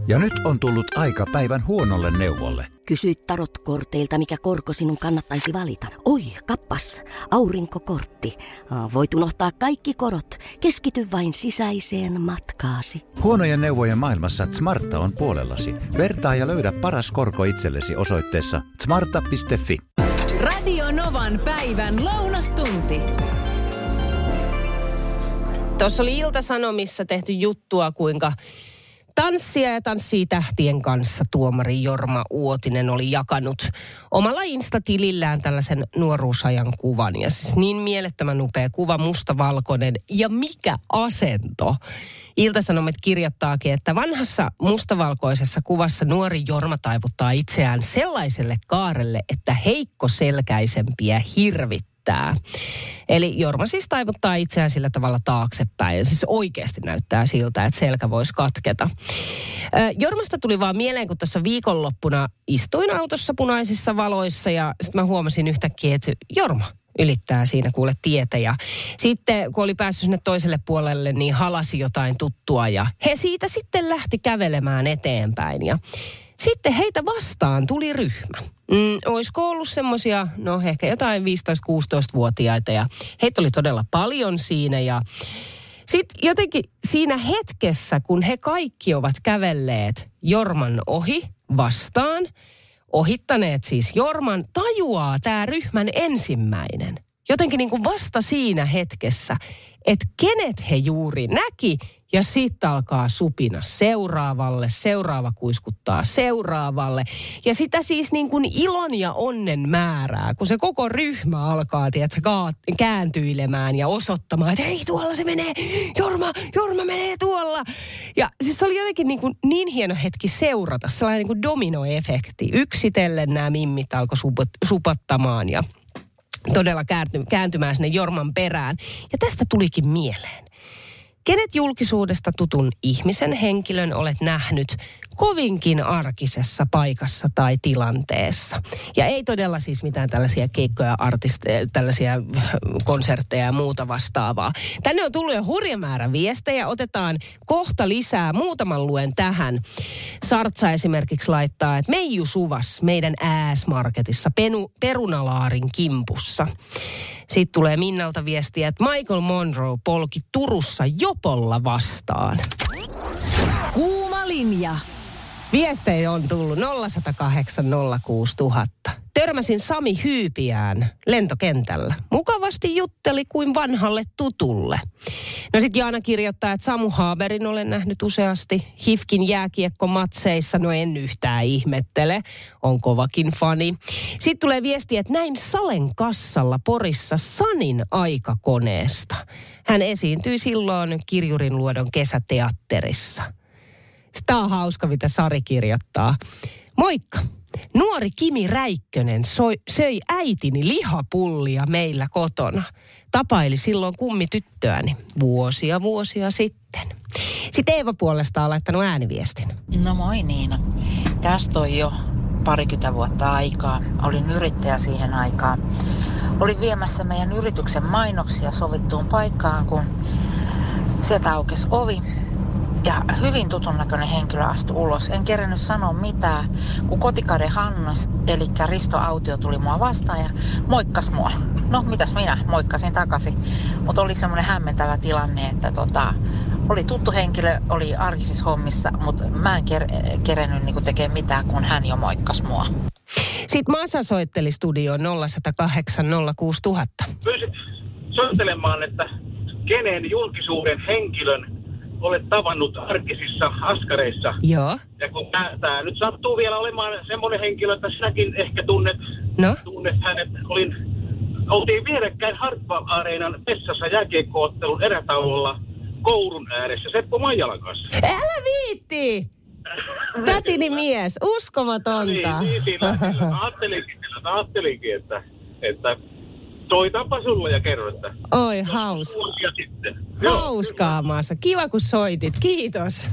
Ja nyt on tullut aika päivän huonolle neuvolle. Kysy tarotkorteilta, mikä korko sinun kannattaisi valita. Oi, kappas, aurinkokortti. Voit unohtaa kaikki korot. Keskity vain sisäiseen matkaasi. Huonojen neuvojen maailmassa Smarta on puolellasi. Vertaa ja löydä paras korko itsellesi osoitteessa smarta.fi. Radio Novan päivän lounastunti. Tuossa oli Ilta-Sanomissa tehty juttua, kuinka tanssia ja tanssii tähtien kanssa tuomari Jorma Uotinen oli jakanut omalla Insta-tilillään tällaisen nuoruusajan kuvan. Ja siis niin mielettömän upea kuva, mustavalkoinen ja mikä asento. Ilta-Sanomat kirjoittaakin, että vanhassa mustavalkoisessa kuvassa nuori Jorma taivuttaa itseään sellaiselle kaarelle, että heikkoselkäisempiä hirvittää. Eli Jorma siis taivuttaa itseään sillä tavalla taaksepäin. Ja siis oikeasti näyttää siltä, että selkä voisi katketa. Jormasta tuli vaan mieleen, kun tuossa viikonloppuna istuin autossa punaisissa valoissa. Ja sitten mä huomasin yhtäkkiä, että Jorma ylittää siinä kuule tietä. Ja sitten kun oli päässyt sinne toiselle puolelle, niin halasi jotain tuttua. Ja he siitä sitten lähti kävelemään eteenpäin. Ja sitten heitä vastaan tuli ryhmä. Olisiko ollut semmoisia, ehkä jotain 15-16-vuotiaita ja heitä oli todella paljon siinä ja sitten jotenkin siinä hetkessä, kun he kaikki ovat kävelleet Jorman ohi vastaan, ohittaneet siis Jorman, tajuaa tämä ryhmän ensimmäinen. Jotenkin niin kuin vasta siinä hetkessä, että kenet he juuri näki ja sitten alkaa supina seuraavalle, seuraava kuiskuttaa seuraavalle. Ja sitä siis niin kuin ilon ja onnen määrää, kun se koko ryhmä alkaa, kääntyilemään ja osoittamaan, että hei tuolla se menee, Jorma menee tuolla. Ja siis se oli jotenkin niin hieno hetki seurata, sellainen niin kuin dominoefekti. Yksitellen nämä mimmit alkoi supattamaan ja todella kääntymään sinne Jorman perään. Ja tästä tulikin mieleen. Kenet julkisuudesta tutun ihmisen henkilön olet nähnyt kovinkin arkisessa paikassa tai tilanteessa? Ja ei todella siis mitään tällaisia keikkoja, tällaisia konsertteja ja muuta vastaavaa. Tänne on tullut jo hurja määrä viestejä. Otetaan kohta lisää. Muutaman luen tähän. Sartsa esimerkiksi laittaa, että Meiju Suvas meidän Ääsmarketissa perunalaarin kimpussa. Sitten tulee Minnalta viestiä, että Michael Monroe polki Turussa jopolla vastaan. Kuuma linja. Viestejä on tullut 0108 06000. Törmäsin Sami Hyypiään lentokentällä. Mukavasti jutteli kuin vanhalle tutulle. No sit Jaana kirjoittaa, että Samu Haaberin olen nähnyt useasti. HIFKin jääkiekkomatseissa, no en yhtään ihmettele. On kovakin fani. Sitten tulee viesti, että näin Salen kassalla Porissa Sanin aikakoneesta. Hän esiintyi silloin Kirjurinluodon kesäteatterissa. Tämä on hauska, mitä Sari kirjoittaa. Moikka! Nuori Kimi Räikkönen söi äitini lihapullia meillä kotona. Tapaili silloin kummityttöäni vuosia sitten. Sitten Eeva puolestaan on laittanut ääniviestin. No moi Niina. Tästä on jo 20 vuotta aikaa. Olin yrittäjä siihen aikaan. Olin viemässä meidän yrityksen mainoksia sovittuun paikkaan, kun sieltä aukesi ovi. Ja hyvin tutun näköinen henkilö astui ulos. En kerennyt sanoa mitään, kun Kotikaiden Hannas, eli Risto Autio, tuli mua vastaan ja moikkas mua. No, mitäs minä moikkasin takaisin. Mutta oli semmoinen hämmentävä tilanne, että oli tuttu henkilö, oli arkisissa hommissa, mutta mä en kerennyt tekemään mitään, kun hän jo moikkas mua. Sitten Masa soitteli studioon 0108 06000. Pyysit soittelemaan, että kenen julkisuuden henkilön olet tavannut arkisissa askareissa. Joo. Ja kun tämä nyt sattuu vielä olemaan semmoinen henkilö, että sinäkin ehkä tunnet hänet. Oltiin vierekkäin Hartwall-areenan Pessassa jääkiekko-ottelun erätaululla koulun ääressä Seppo Maijalan kanssa. Älä viitti! Tätini mies, uskomatonta. Niin, ajattelinkin, että soitanpa sulle ja kerro, että oi hauska. Hauskaa maassa. Kiva kun soitit. Kiitos.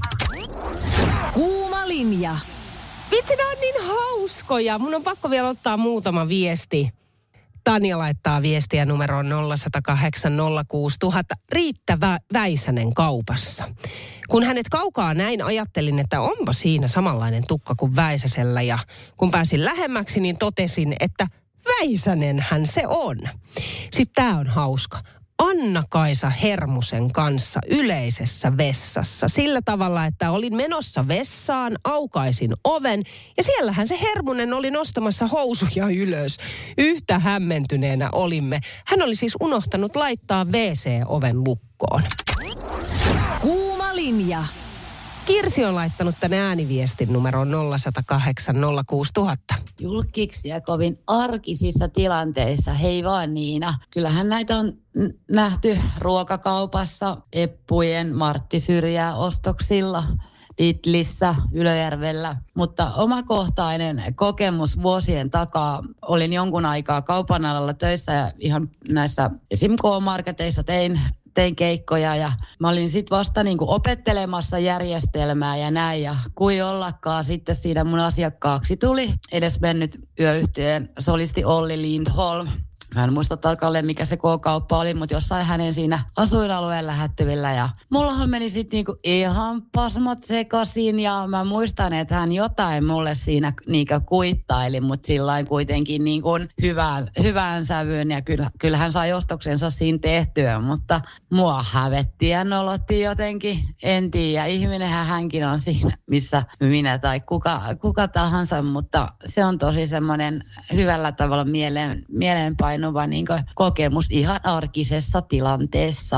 Kuuma linja. Vitsi, nämä on niin hauskoja. Mun on pakko vielä ottaa muutama viesti. Tanja laittaa viestiä numeroon 0108 06000. Riitta Väisänen kaupassa. Kun hänet kaukaa näin, ajattelin, että onpa siinä samanlainen tukka kuin Väisäsellä. Ja kun pääsin lähemmäksi, niin totesin, että Väisänenhän se on. Sitten tämä on hauska. Anna-Kaisa Hermusen kanssa yleisessä vessassa. Sillä tavalla, että olin menossa vessaan, aukaisin oven ja siellähän se Hermunen oli nostamassa housuja ylös. Yhtä hämmentyneenä olimme. Hän oli siis unohtanut laittaa WC-oven lukkoon. Kuuma linja. Kirsi on laittanut tänne ääniviestin numeroon 0108 06000. Julkiksi ja kovin arkisissa tilanteissa. Hei vaan Niina. Kyllähän näitä on nähty ruokakaupassa, Eppujen, Martti Syrjää ostoksilla, Lidlissä, Ylöjärvellä. Mutta omakohtainen kokemus vuosien takaa. Olin jonkun aikaa kaupan alalla töissä ja ihan näissä esim. K-marketeissa tein keikkoja ja mä olin sitten vasta niinku opettelemassa järjestelmää ja näin. Ja kui ollakaan sitten siinä mun asiakkaaksi tuli edesmennyt yöyhtiön solisti Olli Lindholm. Mä en muista tarkalleen, mikä se K-kauppa oli, mutta jossain hänen siinä asuinalueen lähettyvillä. Ja mullahan meni sitten niinku ihan pasmat sekaisin ja mä muistan, että hän jotain mulle siinä niinkö kuittaili, mutta sillain kuitenkin niinku hyvään sävyyn ja kyllä hän sai ostoksensa siinä tehtyä, mutta mua hävetti ja nolotti jotenkin. En tiedä, ihminenhän hänkin on siinä, missä minä tai kuka tahansa, mutta se on tosi semmoinen hyvällä tavalla mieleenpainuva niin kokemus ihan arkisessa tilanteessa.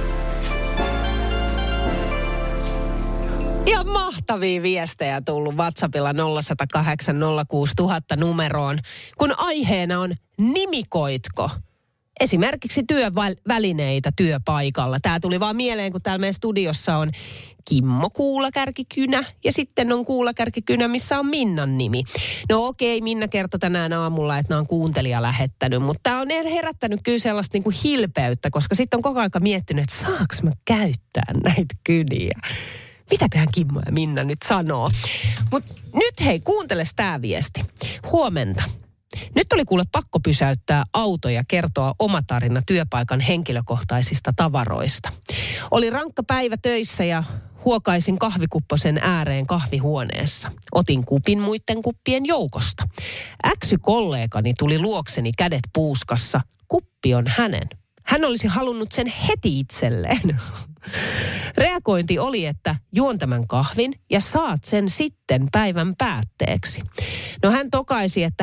Ja mahtavia viestejä tullut WhatsAppilla 0108 06000 numeroon, kun aiheena on nimikoitko esimerkiksi työvälineitä työpaikalla. Tämä tuli vaan mieleen, kun täällä meidän studiossa on Kimmo Kuulakärkikynä ja sitten on Kuulakärkikynä, missä on Minnan nimi. No okei, Minna kertoi tänään aamulla, että nämä on kuuntelija lähettänyt, mutta tämä on herättänyt kyllä sellaista niin kuin hilpeyttä, koska sitten on koko ajan miettinyt, että saaks mä käyttää näitä kyniä. Mitäköhän Kimmo ja Minna nyt sanoo? Mutta nyt hei, kuunteles tää viesti. Huomenta. Nyt oli kuule pakko pysäyttää auto ja kertoa oma tarina työpaikan henkilökohtaisista tavaroista. Oli rankka päivä töissä ja huokaisin kahvikupposen ääreen kahvihuoneessa. Otin kupin muiden kuppien joukosta. Kollegani tuli luokseni kädet puuskassa. Kuppi on hänen. Hän olisi halunnut sen heti itselleen. Reagointi oli, että juon tämän kahvin ja saat sen sitten päivän päätteeksi. No hän tokaisi, että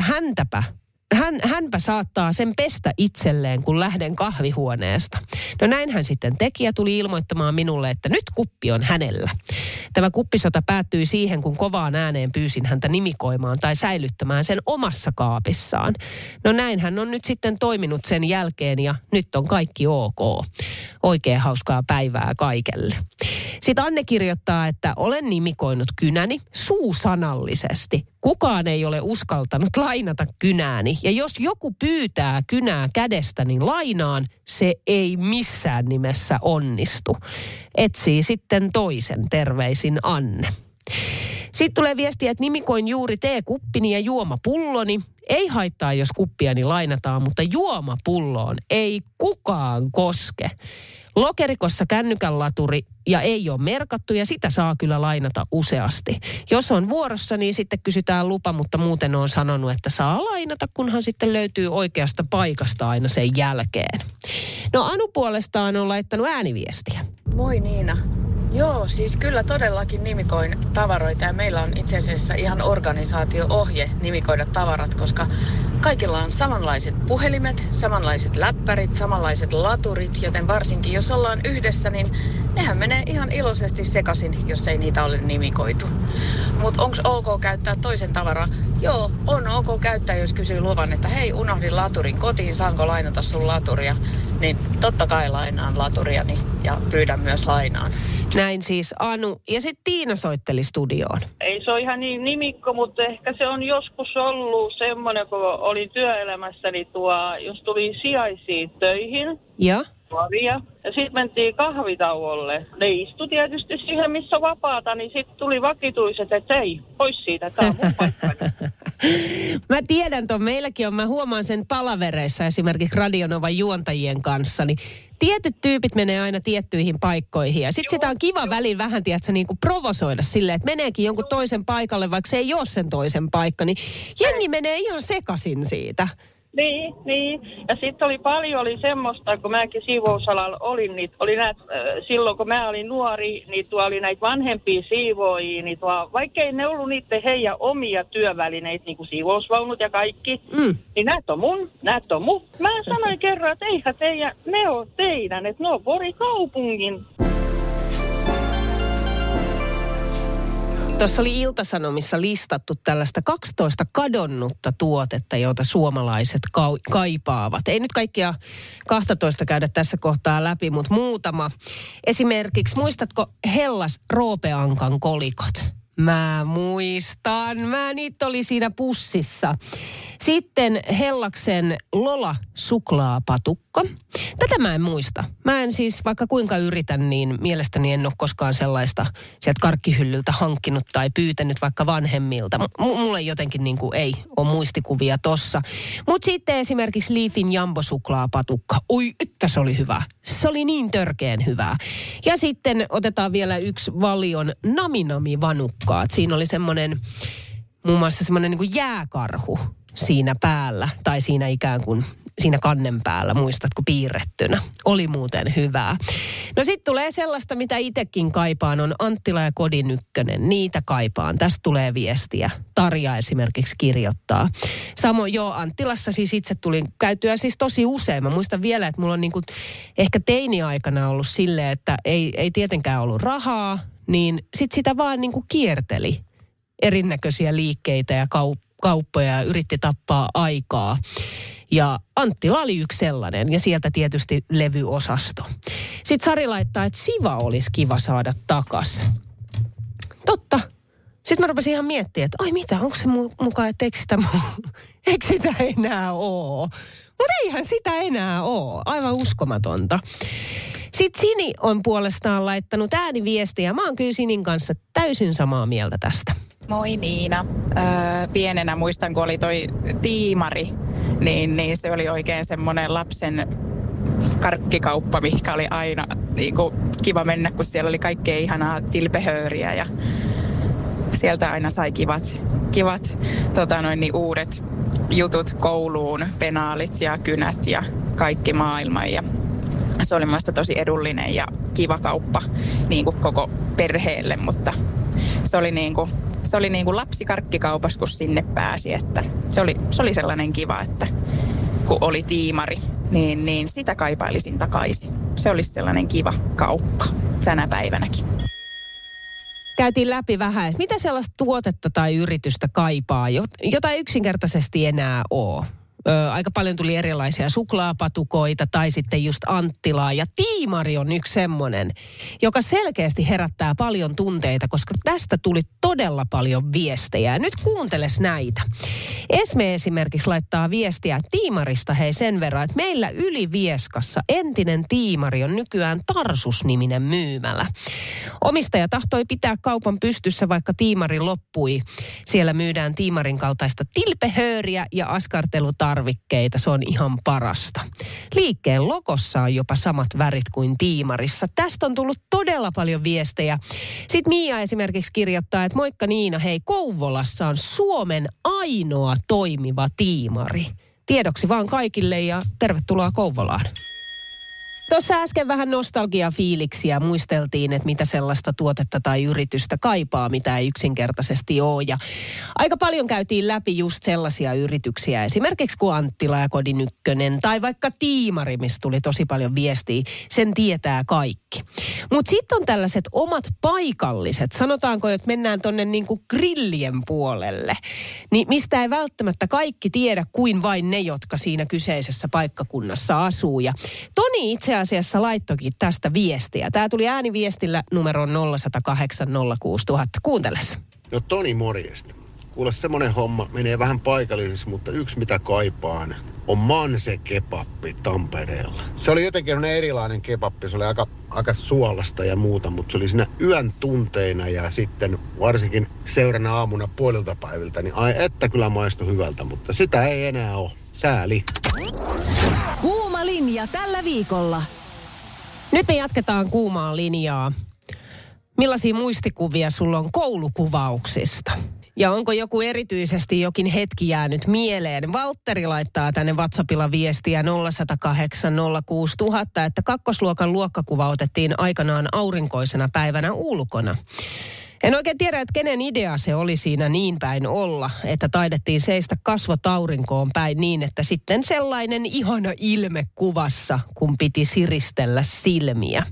hänpä saattaa sen pestä itselleen, kun lähden kahvihuoneesta. No näin hän sitten teki ja tuli ilmoittamaan minulle, että nyt kuppi on hänellä. Tämä kuppisota päättyi siihen, kun kovaan ääneen pyysin häntä nimikoimaan tai säilyttämään sen omassa kaapissaan. No näin hän on nyt sitten toiminut sen jälkeen ja nyt on kaikki ok. Oikein hauskaa päivää kaikelle. Sitten Anne kirjoittaa, että olen nimikoinut kynäni suusanallisesti. Kukaan ei ole uskaltanut lainata kynääni. Ja jos joku pyytää kynää kädestäni lainaan, se ei missään nimessä onnistu. Etsii sitten toisen, terveisin Anne. Sitten tulee viestiä, että nimikoin juuri teekuppini ja juomapulloni. Ei haittaa, jos kuppiani lainataan, mutta juomapulloon ei kukaan koske. Lokerikossa kännykän laturi ja ei ole merkattu ja sitä saa kyllä lainata useasti. Jos on vuorossa, niin sitten kysytään lupa, mutta muuten on sanonut, että saa lainata, kunhan sitten löytyy oikeasta paikasta aina sen jälkeen. No Anu puolestaan on laittanut ääniviestiä. Moi Niina. Joo, siis kyllä todellakin nimikoin tavaroita ja meillä on itse asiassa ihan organisaatio-ohje nimikoida tavarat, koska kaikilla on samanlaiset puhelimet, samanlaiset läppärit, samanlaiset laturit, joten varsinkin jos ollaan yhdessä, niin nehän menee ihan iloisesti sekaisin, jos ei niitä ole nimikoitu. Mutta onko ok käyttää toisen tavaraa? Joo, on ok käyttää, jos kysyy luvan, että hei, unohdin laturin kotiin, saanko lainata sun laturia? Niin totta kai lainaan laturiani ja pyydän myös lainaan. Näin siis Anu. Ja sitten Tiina soitteli studioon. Ei se ole ihan niin nimikko, mutta ehkä se on joskus ollut semmoinen, kun olin työelämässä, niin jos tuli sijaisiin töihin. Ja sitten mentiin kahvitauolle. Ne istui tietysti siihen, missä on vapaata, niin sitten tuli vakituiset, että ei, pois siitä, tämä on mun paikkani. Mä tiedän ton, meilläkin on, mä huomaan sen palavereissa esimerkiksi Radionovan juontajien kanssa, niin tietyt tyypit menee aina tiettyihin paikkoihin ja sit sitä on kiva välillä vähän, tiedätkö, niin kuin provosoida silleen, että meneekin jonkun toisen paikalle, vaikka se ei ole sen toisen paikka, niin jengi menee ihan sekaisin siitä. Niin. Ja sitten oli semmoista, kun mäkin siivousalalla olin, niin oli silloin kun mä olin nuori, niin tuo oli näitä vanhempia siivoojia, niin vaikka ei ne ollut niiden heidän omia työvälineitä, niin kuin siivousvaunut ja kaikki, niin näet on mun. Mä sanoin kerran, että eihän ne ole teidän, että ne on Porin kaupungin. Tuossa oli Ilta-Sanomissa listattu tällaista 12 kadonnutta tuotetta, joita suomalaiset kaipaavat. Ei nyt kaikkia 12 käydä tässä kohtaa läpi, mutta muutama. Esimerkiksi, muistatko Hellas Roopeankan kolikot? Mä muistan. Niitä oli siinä pussissa. Sitten Hellaksen Lola suklaapatukka. Tätä mä en muista. Mä en siis, vaikka kuinka yritän, niin mielestäni en ole koskaan sellaista sieltä karkkihyllyltä hankkinut tai pyytänyt vaikka vanhemmilta. Mulle jotenkin niin kuin ei ole muistikuvia tossa. Mutta sitten esimerkiksi Leafin Jambo-suklaapatukka. Oi, että se oli hyvä. Se oli niin törkeän hyvää. Ja sitten otetaan vielä yksi Valion Nami-Nami-vanukkaat. Siinä oli semmoinen, muun muassa semmoinen niin kuin jääkarhu siinä päällä, tai siinä ikään kuin siinä kannen päällä, muistatko, piirrettynä. Oli muuten hyvää. No sit tulee sellaista, mitä itsekin kaipaan, on Anttila ja Kodin ykkönen. Niitä kaipaan. Tästä tulee viestiä. Tarja esimerkiksi kirjoittaa. Samoin Anttilassa siis itse tulin käytyä siis tosi usein. Mä muistan vielä, että mulla on niinku ehkä teini-aikana ollut silleen, että ei tietenkään ollut rahaa, niin sit sitä vaan niinku kierteli erinäköisiä liikkeitä ja kauppoja ja yritti tappaa aikaa. Ja Anttila oli yksi sellainen, ja sieltä tietysti levyosasto. Sitten Sari laittaa, että Siva olisi kiva saada takas. Totta. Sitten mä rupesin ihan miettimään, että ai mitä, onko se mukaan, että eikö sitä enää ole? Mutta eihän sitä enää ole. Aivan uskomatonta. Sitten Sini on puolestaan laittanut ääniviestiä. Mä oon kyllä Sinin kanssa täysin samaa mieltä tästä. Moi Niina. Pienenä muistan, kun oli toi tiimari, niin se oli oikein semmoinen lapsen karkkikauppa, mikä oli aina niin kuin kiva mennä, kun siellä oli kaikkea ihanaa tilpehööriä ja sieltä aina sai kivat uudet jutut kouluun, penaalit ja kynät ja kaikki maailman. Ja se oli minusta tosi edullinen ja kiva kauppa niin kuin koko perheelle, mutta se oli niin kuin lapsikarkkikaupassa, kun sinne pääsi, että se oli sellainen kiva, että kun oli tiimari, niin sitä kaipailisin takaisin. Se olisi sellainen kiva kauppa tänä päivänäkin. Käytiin läpi vähän, että mitä sellaista tuotetta tai yritystä kaipaa, jota ei yksinkertaisesti enää ole. Aika paljon tuli erilaisia suklaapatukoita tai sitten just Anttilaa. Ja tiimari on yksi semmoinen, joka selkeästi herättää paljon tunteita, koska tästä tuli todella paljon viestejä. Nyt kuunteles näitä. Esme esimerkiksi laittaa viestiä tiimarista sen verran, että meillä Ylivieskassa entinen tiimari on nykyään Tarsus-niminen myymälä. Omistaja tahtoi pitää kaupan pystyssä, vaikka tiimari loppui. Siellä myydään tiimarin kaltaista tilpehööriä ja askartelutarvikkeita. Se on ihan parasta. Liikkeen logossa on jopa samat värit kuin tiimarissa. Tästä on tullut todella paljon viestejä. Sitten Mia esimerkiksi kirjoittaa, että moikka Niina, hei, Kouvolassa on Suomen ainoa toimiva tiimari. Tiedoksi vaan kaikille ja tervetuloa Kouvolaan. Tuossa äsken vähän nostalgiafiiliksiä muisteltiin, että mitä sellaista tuotetta tai yritystä kaipaa, mitä ei yksinkertaisesti ole. Ja aika paljon käytiin läpi just sellaisia yrityksiä, esimerkiksi kuin Anttila ja Kodin ykkönen, tai vaikka tiimari, missä tuli tosi paljon viestiä, sen tietää kaikki. Mutta sitten on tällaiset omat paikalliset, sanotaanko, että mennään tonne niinku grillien puolelle, niin mistä ei välttämättä kaikki tiedä kuin vain ne, jotka siinä kyseisessä paikkakunnassa asuu. Ja Toni itse asiassa laittokin tästä viestiä. Tämä tuli ääniviestillä numeroon 0108 06000. Kuunteles. No Toni, morjesta. Kuule, semmonen homma menee vähän paikallisessa, mutta yksi mitä kaipaan on Manse-kebappi Tampereella. Se oli jotenkin erilainen kebappi. Se oli aika aika suolasta ja muuta, mutta se oli siinä yön tunteina ja sitten varsinkin seurana aamuna puolilta päiviltä, niin ai että kyllä maistui hyvältä, mutta sitä ei enää ole. Sääli. Kuuma linja tällä viikolla. Nyt me jatketaan kuumaa linjaa. Millaisia muistikuvia sulla on koulukuvauksista? Ja onko joku erityisesti jokin hetki jäänyt mieleen? Valtteri laittaa tänne WhatsAppilla viestiä 0108 06000, että kakkosluokan luokkakuva otettiin aikanaan aurinkoisena päivänä ulkona. En oikein tiedä, että kenen idea se oli siinä niin päin olla, että taidettiin seistä kasvot aurinkoon päin niin, että sitten sellainen ihana ilme kuvassa, kun piti siristellä silmiä.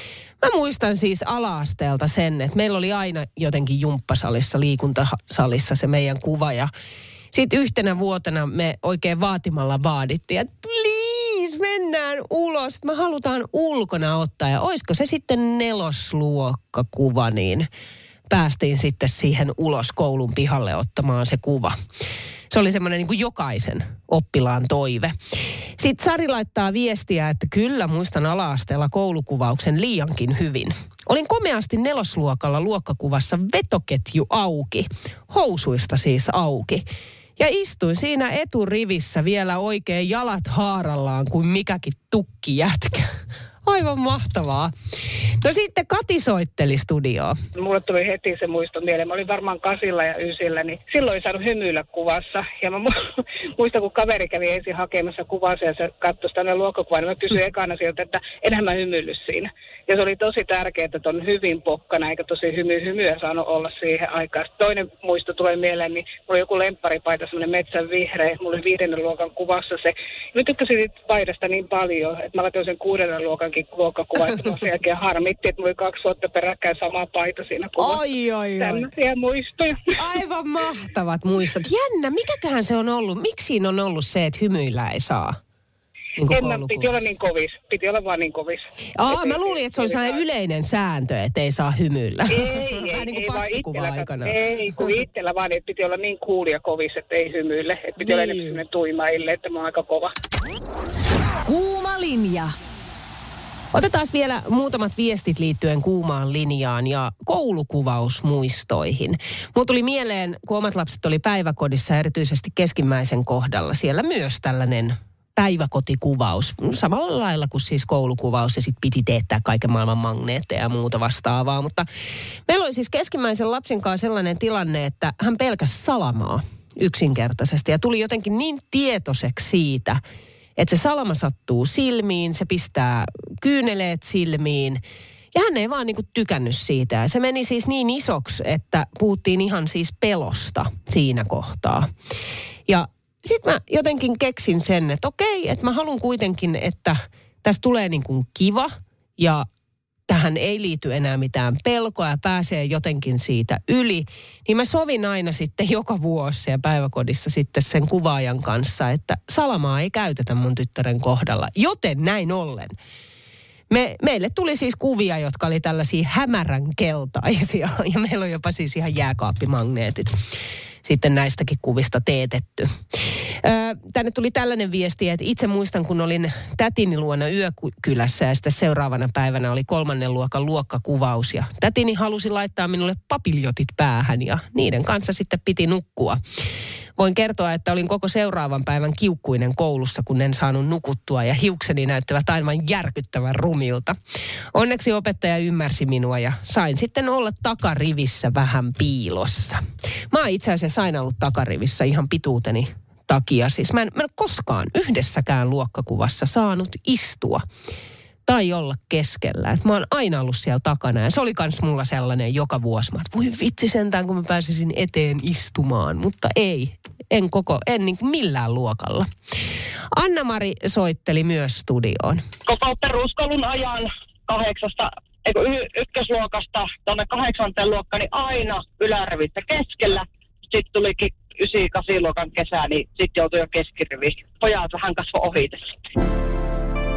Mä muistan siis ala-asteelta sen, että meillä oli aina jotenkin jumppasalissa, liikuntasalissa se meidän kuva. Ja sitten yhtenä vuotena me oikein vaatimalla vaadittiin, että please mennään ulos, me halutaan ulkona ottaa. Ja olisiko se sitten 4. luokkakuva, niin päästiin sitten siihen ulos koulun pihalle ottamaan se kuva. Se oli semmoinen niin kuin jokaisen oppilaan toive. Sitten Sari laittaa viestiä, että kyllä muistan ala-asteella koulukuvauksen liiankin hyvin. Olin komeasti 4. luokalla luokkakuvassa vetoketju auki, housuista siis auki. Ja istuin siinä eturivissä vielä oikein jalat haarallaan kuin mikäkin tukkijätkä. Aivan mahtavaa. No sitten Kati soitteli studioon. Mulle tuli heti se muisto mieleen. Mä olin varmaan 8 ja 9, niin silloin ei saanut hymyillä kuvassa. Ja mä muistan, kun kaveri kävi ensin hakemassa kuvassa ja se katsoi sitä luokkakuvaa, niin mä kysyin ekana sieltä, että enhän mä hymyillyt siinä. Ja se oli tosi tärkeää, että on hyvin pokkana, eikä tosi hymyä saanut olla siihen aikaan. Sitten toinen muisto tulee mieleen, niin mulla oli joku lempparipaita, semmoinen metsän vihreä. Mulla oli 5. luokan kuvassa se. Mä tykkäsin siitä paidasta niin paljon, että mä laitoin sen 6. luokankin luokkakuva, että sen jälkeen harmitti, että mulla oli 2 vuotta peräkkäin sama paita siinä kuvassa. Oi. Tämmöisiä muistoja. Aivan mahtavat muistot. Jännä, mikäköhän se on ollut? Miksi siinä on ollut se, että hymyillä ei saa? Piti olla niin kovis. Piti olla vaan niin kovis. Mä luulin, että se on sellainen yleinen sääntö, että ei saa hymyillä. Ei, niin kuin passikuva-aikana. Ei, kun itsellä vaan, että piti olla niin cool ja kovis, että ei hymyille. Että piti olla enemmän sellainen tuimaille, että mä oon aika kova. Kuuma linja. Otetaan vielä muutamat viestit liittyen kuumaan linjaan ja koulukuvausmuistoihin. Mulla tuli mieleen, kun omat lapset oli päiväkodissa, erityisesti keskimmäisen kohdalla, siellä myös tällainen päiväkotikuvaus. Samalla lailla kuin siis koulukuvaus ja sitten piti teettää kaiken maailman magneetteja ja muuta vastaavaa. Mutta meillä oli siis keskimmäisen lapsen kanssa sellainen tilanne, että hän pelkäsi salamaa yksinkertaisesti ja tuli jotenkin niin tietoiseksi siitä, että se salama sattuu silmiin, se pistää kyyneleet silmiin. Ja hän ei vaan niinku tykännyt siitä. Ja se meni siis niin isoksi, että puhuttiin ihan siis pelosta siinä kohtaa. Ja sitten mä jotenkin keksin sen, että okei, että mä haluan kuitenkin, että tässä tulee niinku kiva. Ja tähän ei liity enää mitään pelkoa ja pääsee jotenkin siitä yli. Niin mä sovin aina sitten joka vuosi ja päiväkodissa sitten sen kuvaajan kanssa, että salamaa ei käytetä mun tyttären kohdalla. Joten näin ollen. Meille tuli siis kuvia, jotka oli tällaisia hämärän keltaisia ja meillä on jopa siis ihan jääkaappimagneetit sitten näistäkin kuvista teetetty. Tänne tuli tällainen viesti, että itse muistan, kun olin tätini luona yökylässä ja sitten seuraavana päivänä oli 3. luokan luokkakuvaus ja tätini halusi laittaa minulle papiljotit päähän ja niiden kanssa sitten piti nukkua. Voin kertoa, että olin koko seuraavan päivän kiukkuinen koulussa, kun en saanut nukuttua ja hiukseni näyttävät aivan järkyttävän rumilta. Onneksi opettaja ymmärsi minua ja sain sitten olla takarivissä vähän piilossa. Mä oon itse asiassa aina ollut takarivissä ihan pituuteni takia. Siis mä en koskaan yhdessäkään luokkakuvassa saanut istua tai olla keskellä. Et mä oon aina ollut siellä takana ja se oli kans mulla sellainen joka vuosi. Mä voi vitsi sentään, kun mä pääsisin eteen istumaan, mutta en niin kuin millään luokalla. Anna-Mari soitteli myös studioon. Koko peruskoulun ajan 1. tuonne 8. luokkaan, niin aina ylärivistä keskellä. Sitten tulikin 9-8 luokan kesä, niin sitten joutui jo keskiriviin. Pojat vähän kasvoi ohite sitten.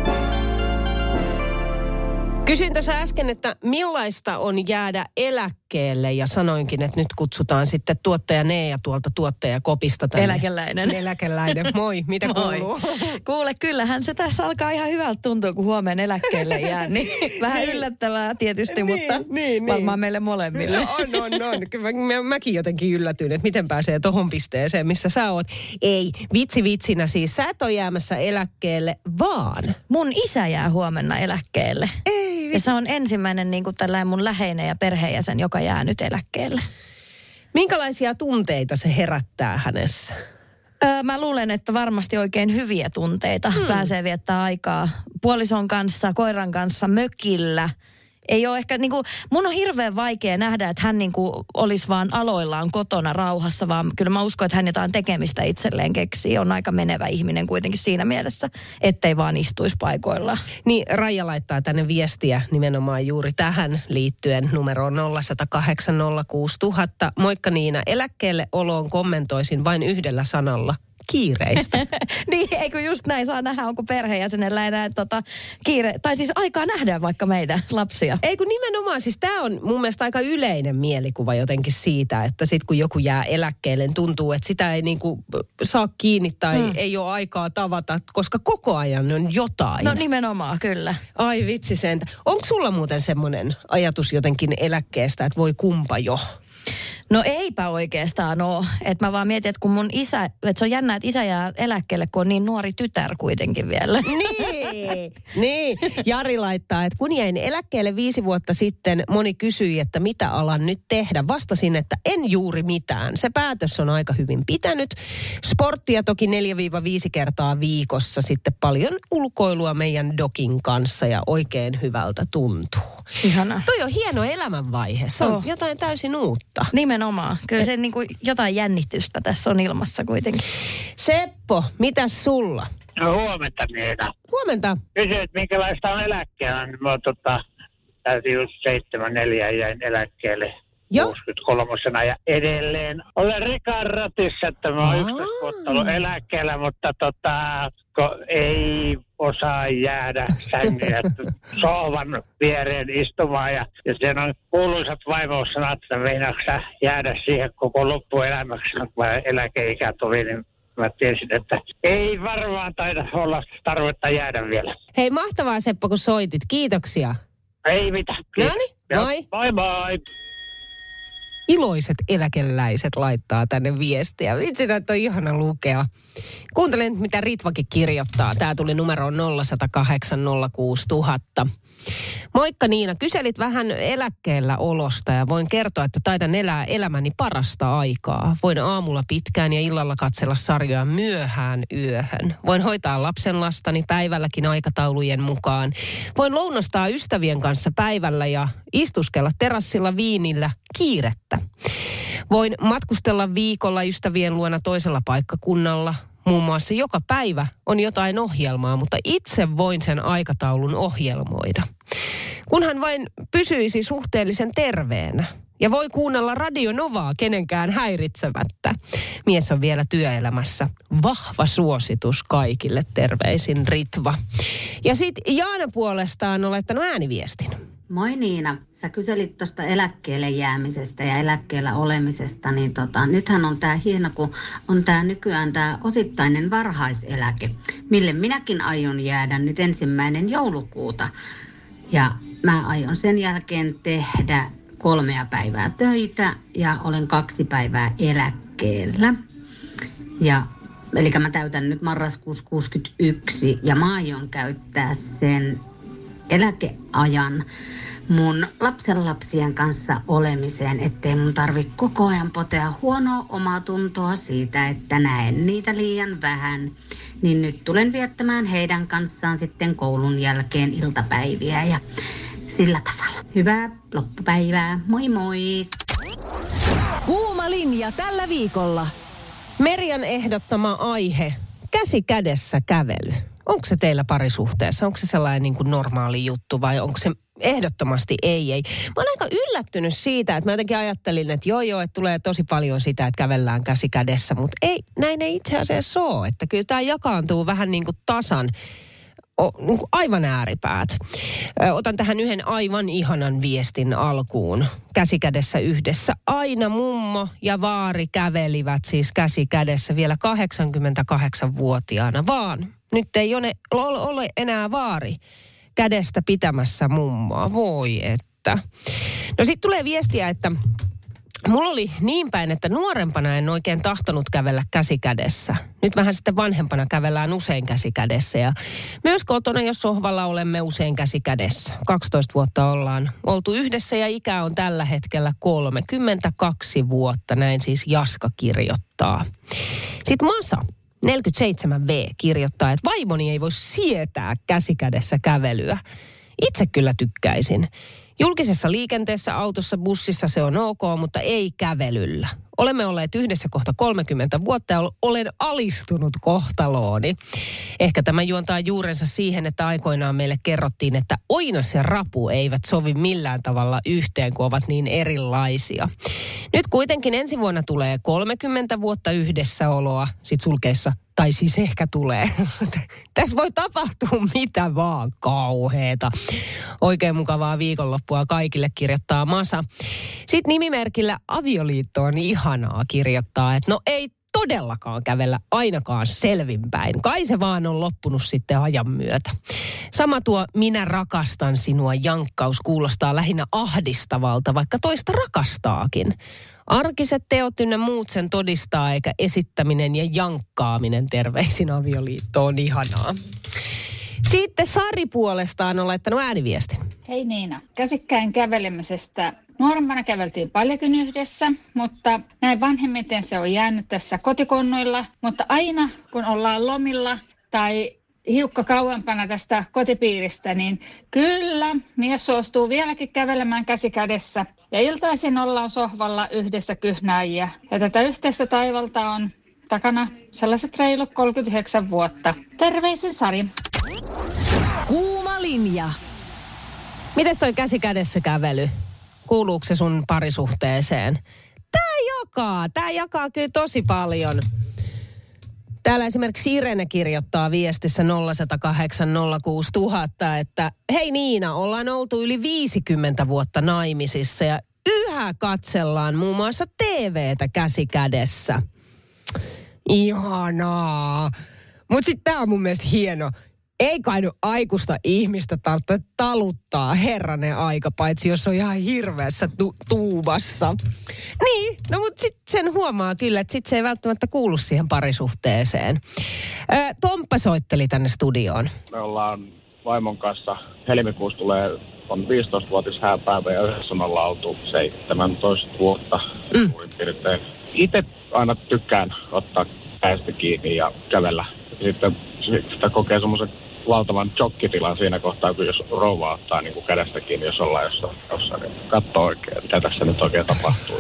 Kysyin tässä äsken, että millaista on jäädä eläkkeelle eläkkeelle ja sanoinkin, että nyt kutsutaan sitten tuottaja Nea tuolta tuottajakopista tänne. Eläkeläinen. Moi, mitä kuuluu? Kuule, kyllähän se tässä alkaa ihan hyvältä tuntua, kun huomenna eläkkeelle jää. Niin vähän yllättävää tietysti, mutta varmaan meille molemmille. On. Kyllä mäkin jotenkin yllätyin, että miten pääsee tohon pisteeseen, missä sä oot. Ei, vitsinä siis. Sä et ole jäämässä eläkkeelle, vaan mun isä jää huomenna eläkkeelle. Ja se on ensimmäinen niin kuin tällainen mun läheinen ja perheenjäsen, joka jää nyt eläkkeelle. Minkälaisia tunteita se herättää hänessä? Mä luulen, että varmasti oikein hyviä tunteita. Pääsee viettää aikaa puolison kanssa, koiran kanssa, mökillä. Ei ole ehkä niinku, mun on hirveän vaikea nähdä, että hän niinku olisi vaan aloillaan kotona rauhassa, vaan kyllä mä uskon, että hän jotain tekemistä itselleen keksii. On aika menevä ihminen kuitenkin siinä mielessä, ettei vaan istuisi paikoillaan. Niin, Raija laittaa tänne viestiä nimenomaan juuri tähän liittyen numeroon 0806000. Moikka Niina, eläkkeelle oloon kommentoisin vain yhdellä sanalla. Kiireistä. Niin, eikö just näin saa nähdä, onko perheenjäsenellä enää kiire, tai siis aikaa nähdä vaikka meitä lapsia. Eikö nimenomaan, siis tämä on mun mielestä aika yleinen mielikuva jotenkin siitä, että sit kun joku jää eläkkeelle, niin tuntuu, että sitä ei niinku saa kiinni tai ei ole aikaa tavata, koska koko ajan on jotain. No nimenomaan, kyllä. Ai vitsi sentä. Onko sulla muuten semmoinen ajatus jotenkin eläkkeestä, että voi kumpa jo? No eipä oikeastaan ole. Että mä vaan mietin, että kun mun isä, että se on jännä, että isä jää eläkkeelle, kun on niin nuori tytär kuitenkin vielä. Niin. Jari laittaa, että kun jäin eläkkeelle 5 vuotta sitten, moni kysyi, että mitä alan nyt tehdä. Vastasin, että en juuri mitään. Se päätös on aika hyvin pitänyt. Sporttia toki 4-5 kertaa viikossa, sitten paljon ulkoilua meidän dokin kanssa ja oikein hyvältä tuntuu. Ihanaa. Toi on hieno elämänvaihe. Se on jotain täysin uutta. Nimenomaan. Kyllä se niin kuin jotain jännitystä tässä on ilmassa kuitenkin. Seppo, mitäs sulla? No huomenta Niina. Huomenta. Kysyit, minkälaista on eläkkeellä. Mä täytin just 74 jäin eläkkeelle 63 ja edelleen olen rekan ratissa, että mä oon 11 vuotta ollut eläkkeellä, mutta ei osaa jäädä sängyä sohvan viereen istumaan ja sen on kuuluisat vaimoussanat, että meinaatko sä jäädä siihen koko loppuelämäksi, kun eläkeikä tuli, niin mä tiesin, että ei varmaan taida olla tarvetta jäädä vielä. Hei, mahtavaa Seppo, kun soitit. Kiitoksia. Ei mitään. Noniin, moi. Bye. Iloiset eläkeläiset laittaa tänne viestiä. Vitsi, näitä on ihana lukea. Kuuntelen, mitä Ritvakin kirjoittaa. Tää tuli numeroon 0806000. Moikka Niina, kyselit vähän eläkkeellä olosta ja voin kertoa, että taidan elää elämäni parasta aikaa. Voin aamulla pitkään ja illalla katsella sarjoja myöhään yöhön. Voin hoitaa lapsenlastani päivälläkin aikataulujen mukaan. Voin lounastaa ystävien kanssa päivällä ja istuskella terassilla viinillä kiirettä. Voin matkustella viikolla ystävien luona toisella paikkakunnalla. Muun muassa joka päivä on jotain ohjelmaa, mutta itse voin sen aikataulun ohjelmoida. Kunhan vain pysyisi suhteellisen terveenä ja voi kuunnella Radio Novaa kenenkään häiritsemättä. Mies on vielä työelämässä. Vahva suositus kaikille, terveisin Ritva. Ja sitten Jaana puolestaan on laittanut ääniviestin. Moi Niina, sä kyselit tuosta eläkkeelle jäämisestä ja eläkkeellä olemisesta, niin nythän on tää hieno, kun on tää nykyään tää osittainen varhaiseläke, mille minäkin aion jäädä nyt 1. joulukuuta. Ja mä aion sen jälkeen tehdä 3 päivää töitä ja olen 2 päivää eläkkeellä. Eli mä täytän nyt marraskuussa 61 ja mä aion käyttää sen eläkeajan mun lapsenlapsien kanssa olemiseen, ettei mun tarvitse koko ajan potea huonoa omaa tuntoa siitä, että näen niitä liian vähän. Niin nyt tulen viettämään heidän kanssaan sitten koulun jälkeen iltapäiviä ja sillä tavalla. Hyvää loppupäivää. Moi moi! Kuuma linja tällä viikolla. Merjan ehdottama aihe, käsi kädessä kävely. Onko se teillä parisuhteessa? Onko se sellainen niin kuin normaali juttu vai onko se ehdottomasti ei? Mä oon aika yllättynyt siitä, että mä jotenkin ajattelin, että joo, että tulee tosi paljon sitä, että kävellään käsi kädessä, mutta näin ei itse asiassa ole. Että kyllä tämä jakaantuu vähän niin kuin tasan. niin kuin aivan ääripäät. Otan tähän yhden aivan ihanan viestin alkuun. Käsikädessä yhdessä. Aina mummo ja vaari kävelivät siis käsikädessä vielä 88-vuotiaana, vaan nyt ei ole enää vaari kädestä pitämässä mummoa. Voi että. No sitten tulee viestiä, että mulla oli niin päin, että nuorempana en oikein tahtonut kävellä käsikädessä. Nyt vähän sitten vanhempana kävellään usein käsikädessä ja myös kotona, jos sohvalla olemme usein käsikädessä. 12 vuotta ollaan oltu yhdessä ja ikä on tällä hetkellä 32 vuotta, näin siis Jaska kirjoittaa. Sitten Masa, 47V, kirjoittaa, että vaimoni ei voi sietää käsikädessä kävelyä. Itse kyllä tykkäisin. Julkisessa liikenteessä, autossa, bussissa se on ok, mutta ei kävelyllä. Olemme olleet yhdessä kohta 30 vuotta ja olen alistunut kohtalooni. Ehkä tämä juontaa juurensa siihen, että aikoinaan meille kerrottiin, että oinas ja rapu eivät sovi millään tavalla yhteen, kun ovat niin erilaisia. Nyt kuitenkin ensi vuonna tulee 30 vuotta yhdessäoloa, sit sulkeissa, tai siis ehkä tulee. Tässä voi tapahtua mitä vaan, kauheeta. Oikein mukavaa viikonloppua kaikille, kirjoittaa Masa. Sitten nimimerkillä avioliitto on ihanaa, kirjoittaa, että no ei todellakaan kävellä ainakaan selvinpäin. Kai se vaan on loppunut sitten ajan myötä. Sama tuo minä rakastan sinua jankkaus kuulostaa lähinnä ahdistavalta, vaikka toista rakastaakin. Arkiset teot ynnä muut sen todistaa, eikä esittäminen ja jankkaaminen terveisin avioliitto on ihanaa. Sitten Sari puolestaan on laittanut ääniviestin. Hei Niina, käsikkäin kävelemisestä. Nuorempana käveltiin paljonkin yhdessä, mutta näin vanhemmiten se on jäänyt tässä kotikonnuilla. Mutta aina kun ollaan lomilla tai hiukka kauempana tästä kotipiiristä, niin kyllä mies suostuu vieläkin kävelemään käsikädessä. Ja iltaisin ollaan sohvalla yhdessä kyhnääjiä. Ja tätä yhteistä taivalta on takana sellaiset reilut 39 vuotta. Terveisin Sari. Kuuma linja. Mites toi käsikädessä kävely? Kuuluuko se sun parisuhteeseen? Tää jakaa kyllä tosi paljon. Täällä esimerkiksi Irene kirjoittaa viestissä 0108 06000, että hei Niina, ollaan oltu yli 50 vuotta naimisissa ja yhä katsellaan muun muassa TVtä käsikädessä. Ihanaa. Mut sit tää on mun mielestä hieno. Ei kai nyt aikuista ihmistä tarvitse taluttaa herranen aika, paitsi jos on ihan hirveässä tuubassa. Niin, no mut sit sen huomaa kyllä, että sit se ei välttämättä kuulu siihen parisuhteeseen. Tomppa soitteli tänne studioon. Me ollaan vaimon kanssa, helmikuussa on 15-vuotis hääpäivä ja yhdessä me ollaan oltu 17 vuotta. Itse aina tykkään ottaa kädestä kiinni ja kävellä. Sitten sitä kokee semmoisen valtavan jokkitilan siinä kohtaa, kun jos rouva ottaa niin kuin kädestä kiinni, jos ollaan jossain, niin katsoo oikein, mitä tässä nyt oikein tapahtuu.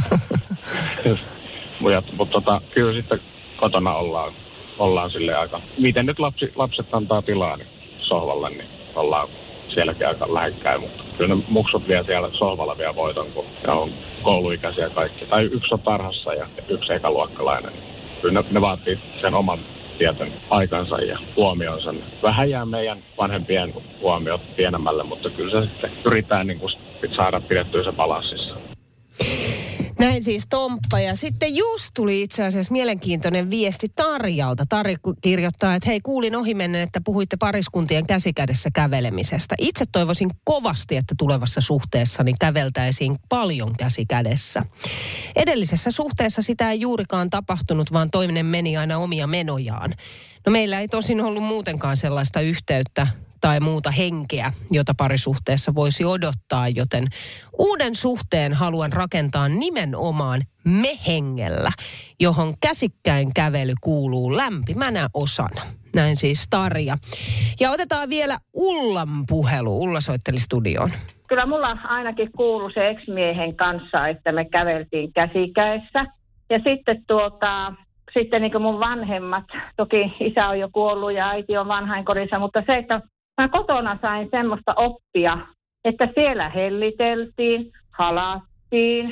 Mutta kyllä sitten kotona ollaan silleen aika, miten nyt lapset antaa tilaa niin sohvalle, niin ollaan sielläkin aika lähekkäin, mutta kyllä ne muksut vie siellä sohvalla vielä voiton, kun ne on kouluikäisiä kaikki. Tai yksi on tarhassa ja yksi ekaluokkalainen. Kyllä ne vaatii sen oman tietyn aikansa ja huomionsa. Vähän jää meidän vanhempien huomiot pienemmälle, mutta kyllä se sitten yritetään niin kuin saada pidettyä se balanssissa. Näin siis Tomppa. Ja sitten just tuli itse asiassa mielenkiintoinen viesti Tarjalta. Tari kirjoittaa, että hei, kuulin ohimennen, että puhuitte pariskuntien käsikädessä kävelemisestä. Itse toivoisin kovasti, että tulevassa suhteessani käveltäisiin paljon käsikädessä. Edellisessä suhteessa sitä ei juurikaan tapahtunut, vaan toinen meni aina omia menojaan. No meillä ei tosin ollut muutenkaan sellaista yhteyttä tai muuta henkeä, jota parisuhteessa voisi odottaa, joten uuden suhteen haluan rakentaa nimenomaan me-hengellä, johon käsikkäin kävely kuuluu lämpimänä osana. Näin siis Tarja. Ja otetaan vielä Ullan puhelu. Ulla soitteli studioon. Kyllä mulla ainakin kuului se ex-miehen kanssa, että me käveltiin käsikäessä. Ja sitten niin kuin mun vanhemmat, toki isä on jo kuollut ja äiti on vanhainkodissa, mutta se, että mä kotona sain semmoista oppia, että siellä helliteltiin, halattiin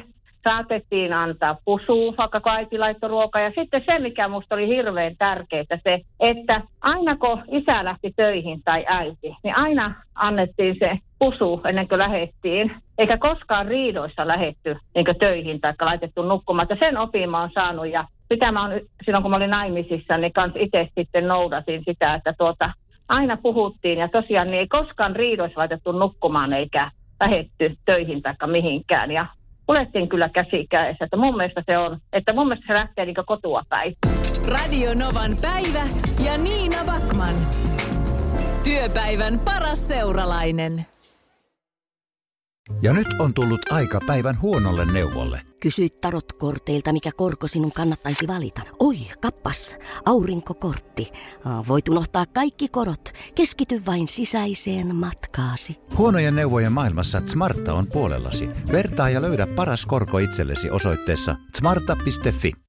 saatettiin antaa pusua, vaikka kun äiti laittoi ruokaa. Ja sitten se, mikä musta oli hirveän tärkeää, se, että aina kun isä lähti töihin tai äiti, niin aina annettiin se pusu ennen kuin lähdettiin. Eikä koskaan riidoissa lähdetty niin töihin tai laitettu nukkumaan. Ja sen opin mä oon saanut ja sitä mä oon, silloin kun mä olin naimisissa, niin kans itse sitten noudatin sitä, että aina puhuttiin ja tosiaan niin ei koskaan riidoissa laitettu nukkumaan eikä lähdetty töihin tai mihinkään. Ja kuljettiin kyllä käsikädessä, että mun mielestä se lähtee niin kotua päin. Radio Novan päivä ja Niina Backman. Työpäivän paras seuralainen. Ja nyt on tullut aika päivän huonolle neuvolle. Kysy tarotkorteilta, mikä korko sinun kannattaisi valita. Oi, kappas, aurinkokortti. Voit unohtaa kaikki korot. Keskity vain sisäiseen matkaasi. Huonojen neuvojen maailmassa Smarta on puolellasi. Vertaa ja löydä paras korko itsellesi osoitteessa smarta.fi.